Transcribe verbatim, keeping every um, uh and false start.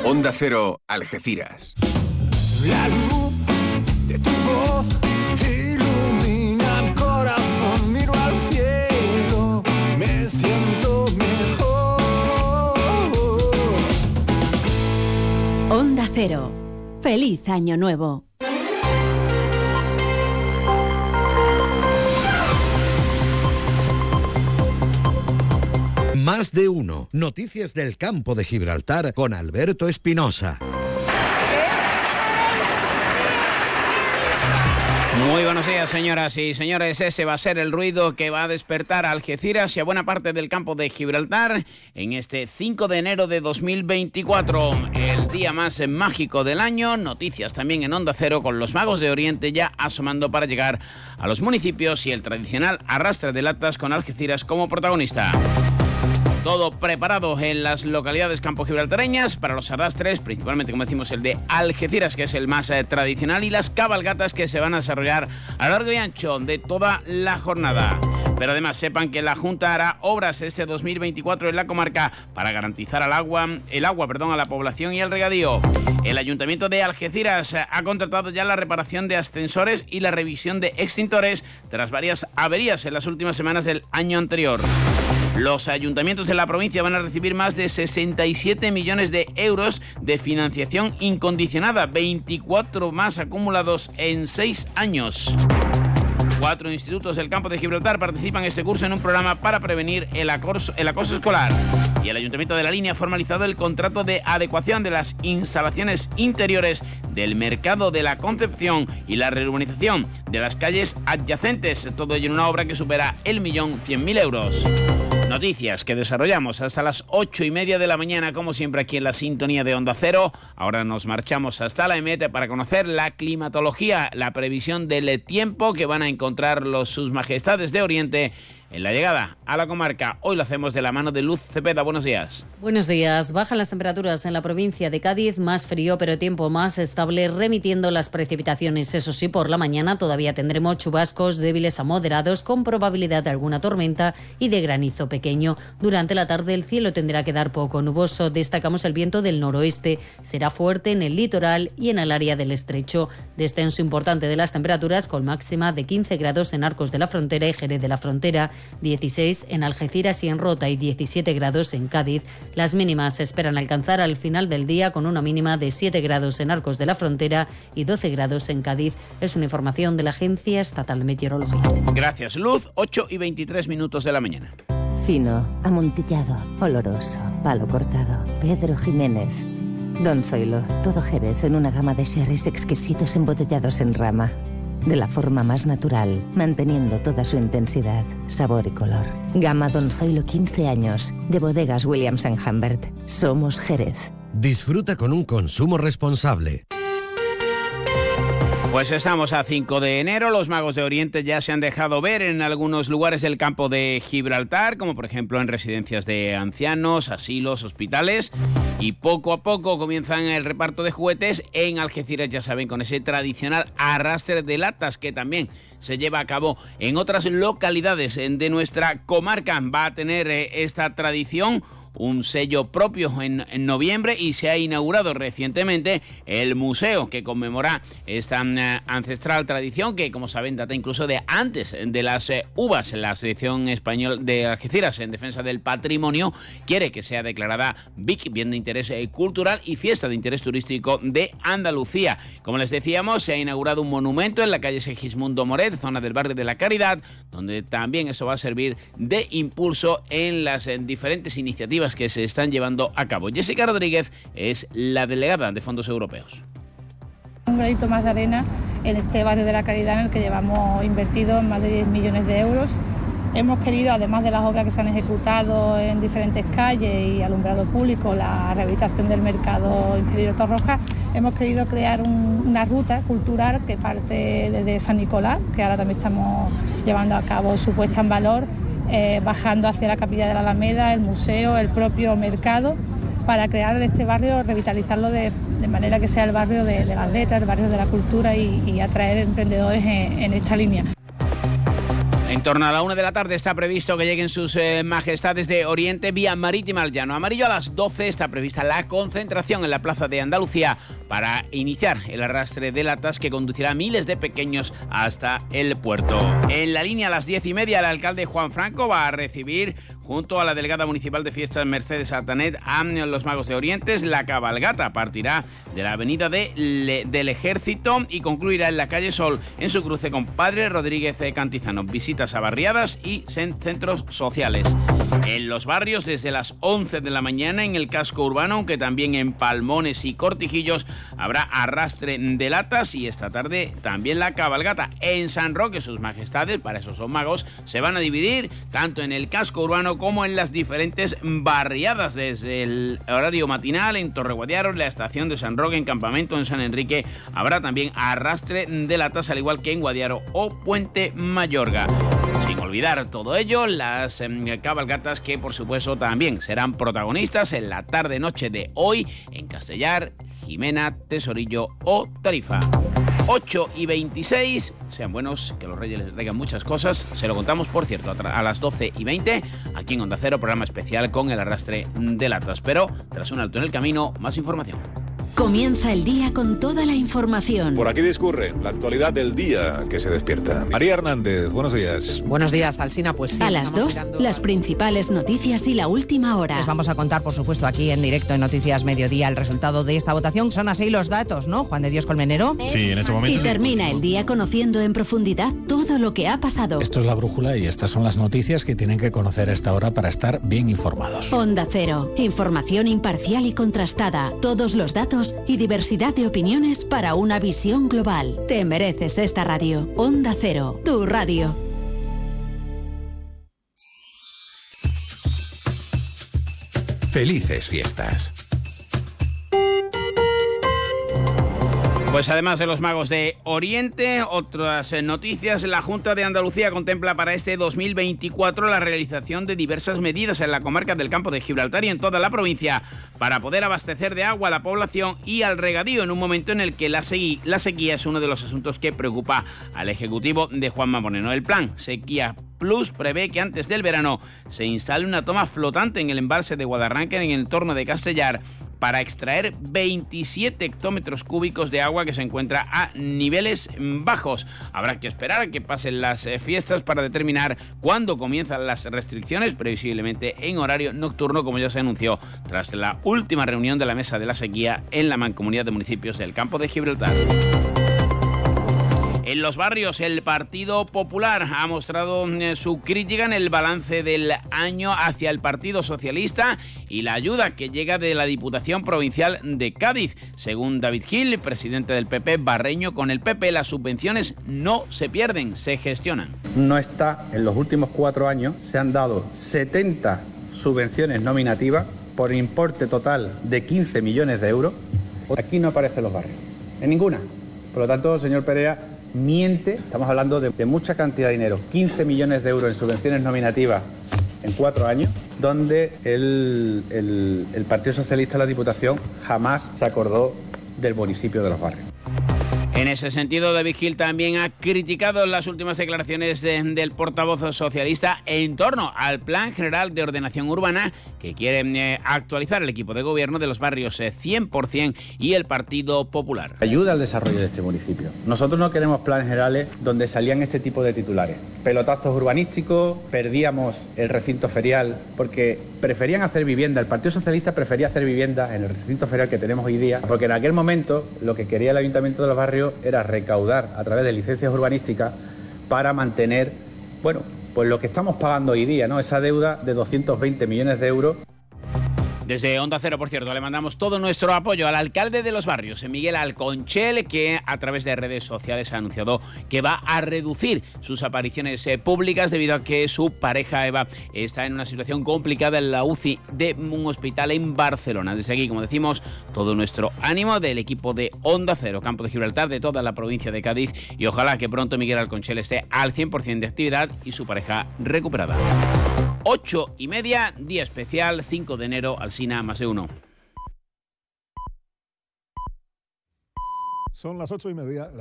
Onda Cero, Algeciras. La luz de tu voz ilumina el corazón, miro al cielo, me siento mejor. Onda Cero, feliz año nuevo. Más de uno. Noticias del campo de Gibraltar con Alberto Espinosa. Muy buenos días, señoras y señores. Ese va a ser el ruido que va a despertar a Algeciras y a buena parte del campo de Gibraltar en este cinco de enero de dos mil veinticuatro, el día más mágico del año. Noticias también en Onda Cero con los magos de Oriente ya asomando para llegar a los municipios y el tradicional arrastre de latas con Algeciras como protagonista. Todo preparado en las localidades campo-gibraltareñas para los arrastres, principalmente, como decimos, el de Algeciras, que es el más eh, tradicional, y las cabalgatas que se van a desarrollar a lo largo y ancho de toda la jornada. Pero además sepan que la Junta hará obras este dos mil veinticuatro en la comarca para garantizar el agua, el agua perdón, a la población y el regadío. El Ayuntamiento de Algeciras ha contratado ya la reparación de ascensores y la revisión de extintores tras varias averías en las últimas semanas del año anterior. Los ayuntamientos de la provincia van a recibir más de sesenta y siete millones de euros de financiación incondicionada, veinticuatro más acumulados en seis años. Cuatro institutos del campo de Gibraltar participan este curso en un programa para prevenir el acoso, el acoso escolar. Y el Ayuntamiento de la Línea ha formalizado el contrato de adecuación de las instalaciones interiores del Mercado de la Concepción y la reurbanización de las calles adyacentes. Todo ello en una obra que supera el millón cien mil euros. Noticias que desarrollamos hasta las ocho y media de la mañana, como siempre aquí en la sintonía de Onda Cero. Ahora nos marchamos hasta la E M E T para conocer la climatología, la previsión del tiempo que van a encontrar los sus majestades de Oriente en la llegada a la comarca. Hoy lo hacemos de la mano de Luz Cepeda. Buenos días. Buenos días. Bajan las temperaturas en la provincia de Cádiz, más frío pero tiempo más estable, remitiendo las precipitaciones. Eso sí, por la mañana todavía tendremos chubascos débiles a moderados con probabilidad de alguna tormenta y de granizo pequeño. Durante la tarde el cielo tendrá a quedar poco nuboso. Destacamos el viento del noroeste. Será fuerte en el litoral y en el área del estrecho. Descenso importante de las temperaturas con máxima de quince grados en Arcos de la Frontera y Jerez de la Frontera, dieciséis en Algeciras y en Rota y diecisiete grados en Cádiz. Las mínimas se esperan alcanzar al final del día con una mínima de siete grados en Arcos de la Frontera y doce grados en Cádiz. Es una información de la Agencia Estatal de Meteorología. Gracias, Luz. ocho y veintitrés minutos de la mañana. Fino, amontillado, oloroso, palo cortado. Pedro Jiménez. Don Zoilo, todo Jerez en una gama de sherries exquisitos embotellados en rama. De la forma más natural, manteniendo toda su intensidad, sabor y color. Gama Don Zoilo quince años, de Bodegas Williams and Humbert. Somos Jerez. Disfruta con un consumo responsable. Pues estamos a cinco de enero, los magos de Oriente ya se han dejado ver en algunos lugares del campo de Gibraltar, como por ejemplo en residencias de ancianos, asilos, hospitales, y poco a poco comienzan el reparto de juguetes en Algeciras, ya saben, con ese tradicional arrastre de latas que también se lleva a cabo en otras localidades de nuestra comarca. Va a tener esta tradición un sello propio en, en noviembre y se ha inaugurado recientemente el museo que conmemora esta uh, ancestral tradición que, como saben, data incluso de antes de las uh, uvas. La Asociación Española de Algeciras en Defensa del Patrimonio quiere que sea declarada B I C, Bien de Interés eh, Cultural y Fiesta de Interés Turístico de Andalucía. Como les decíamos, se ha inaugurado un monumento en la calle Segismundo Moret, zona del barrio de la Caridad, donde también eso va a servir de impulso en las eh, diferentes iniciativas que se están llevando a cabo. Jessica Rodríguez es la delegada de fondos europeos. Un granito más de arena en este barrio de la Caridad en el que llevamos invertido más de diez millones de euros. Hemos querido, además de las obras que se han ejecutado en diferentes calles y alumbrado público, la rehabilitación del mercado Ingeniero Torroja, hemos querido crear un, una ruta cultural que parte desde San Nicolás, que ahora también estamos llevando a cabo su puesta en valor, Eh, bajando hacia la capilla de la Alameda, el museo, el propio mercado, para crear este barrio, revitalizarlo de, de manera que sea el barrio de, de las letras, el barrio de la cultura y, y atraer emprendedores en, en esta línea. En torno a la una de la tarde está previsto que lleguen sus eh, majestades de Oriente vía marítima al Llano Amarillo. A las doce está prevista la concentración en la Plaza de Andalucía para iniciar el arrastre de latas que conducirá a miles de pequeños hasta el puerto. En la línea a las diez y media, el alcalde Juan Franco va a recibir, junto a la delegada municipal de fiestas Mercedes Atanet, a los Magos de Oriente. La cabalgata partirá de la avenida de Le, del Ejército y concluirá en la calle Sol en su cruce con Padre Rodríguez Cantizano. Visitas a barriadas y centros sociales. En los barrios desde las once de la mañana en el casco urbano, aunque también en Palmones y Cortijillos habrá arrastre de latas, y esta tarde también la cabalgata. En San Roque sus majestades, para eso son magos, se van a dividir tanto en el casco urbano como en las diferentes barriadas. Desde el horario matinal en Torreguadiaro, en la estación de San Roque, en Campamento, en San Enrique, habrá también arrastre de latas, al igual que en Guadiaro o Puente Mayorga. Sin olvidar todo ello, las eh, cabalgatas que por supuesto también serán protagonistas en la tarde-noche de hoy en Castellar, Jimena, Tesorillo o Tarifa. ocho y veintiséis, sean buenos, que los reyes les traigan muchas cosas. Se lo contamos, por cierto, a las doce y veinte, aquí en Onda Cero, programa especial con el arrastre de latas. Pero tras un alto en el camino, más información. Comienza el día con toda la información. Por aquí discurre la actualidad del día que se despierta. María Hernández, buenos días. Buenos días, Alsina. Pues sí, a las dos, las principales noticias y la última hora. Les vamos a contar, por supuesto, aquí en directo en Noticias Mediodía el resultado de esta votación. Son así los datos, ¿no, Juan de Dios Colmenero? Sí, en este momento. Y termina el día conociendo en profundidad todo lo que ha pasado. Esto es La Brújula y estas son las noticias que tienen que conocer a esta hora para estar bien informados. Onda Cero, información imparcial y contrastada. Todos los datos y diversidad de opiniones para una visión global. Te mereces esta radio. Onda Cero, tu radio. Felices fiestas. Pues además de los Magos de Oriente, otras noticias. La Junta de Andalucía contempla para este dos mil veinticuatro la realización de diversas medidas en la comarca del Campo de Gibraltar y en toda la provincia para poder abastecer de agua a la población y al regadío en un momento en el que la, segui- la sequía es uno de los asuntos que preocupa al Ejecutivo de Juanma Moreno. El plan Sequía Plus prevé que antes del verano se instale una toma flotante en el embalse de Guadarranque en el entorno de Castellar para extraer veintisiete hectómetros cúbicos de agua que se encuentra a niveles bajos. Habrá que esperar a que pasen las fiestas para determinar cuándo comienzan las restricciones, previsiblemente en horario nocturno, como ya se anunció tras la última reunión de la Mesa de la Sequía en la Mancomunidad de Municipios del Campo de Gibraltar. En los barrios, el Partido Popular ha mostrado su crítica en el balance del año hacia el Partido Socialista y la ayuda que llega de la Diputación Provincial de Cádiz. Según David Gil, presidente del P P barreño, con el P P las subvenciones no se pierden, se gestionan. No está, en los últimos cuatro años se han dado setenta subvenciones nominativas por importe total de quince millones de euros. Aquí no aparecen los barrios, en ninguna. Por lo tanto, señor Perea, miente. Estamos hablando de, de mucha cantidad de dinero, quince millones de euros en subvenciones nominativas en cuatro años, donde el, el, el Partido Socialista de la Diputación jamás se acordó del municipio de los barrios. En ese sentido, David Gil también ha criticado las últimas declaraciones de, del portavoz socialista en torno al Plan General de Ordenación Urbana que quiere eh, actualizar el equipo de gobierno de los barrios eh, cien por ciento y el Partido Popular. Ayuda al desarrollo de este municipio. Nosotros no queremos planes generales donde salían este tipo de titulares. Pelotazos urbanísticos, perdíamos el recinto ferial porque preferían hacer vivienda. El Partido Socialista prefería hacer vivienda en el recinto ferial que tenemos hoy día, porque en aquel momento lo que quería el Ayuntamiento de los Barrios era recaudar a través de licencias urbanísticas para mantener, bueno, pues lo que estamos pagando hoy día, ¿no? Esa deuda de doscientos veinte millones de euros. Desde Onda Cero, por cierto, le mandamos todo nuestro apoyo al alcalde de Los Barrios, Miguel Alconchel, que a través de redes sociales ha anunciado que va a reducir sus apariciones eh, públicas debido a que su pareja Eva está en una situación complicada en la U C I de un hospital en Barcelona. Desde aquí, como decimos, todo nuestro ánimo del equipo de Onda Cero, Campo de Gibraltar, de toda la provincia de Cádiz, y ojalá que pronto Miguel Alconchel esté al cien por ciento de actividad y su pareja recuperada. Ocho y media, día especial, cinco de enero, Alsina, más de uno. Son las ocho y media.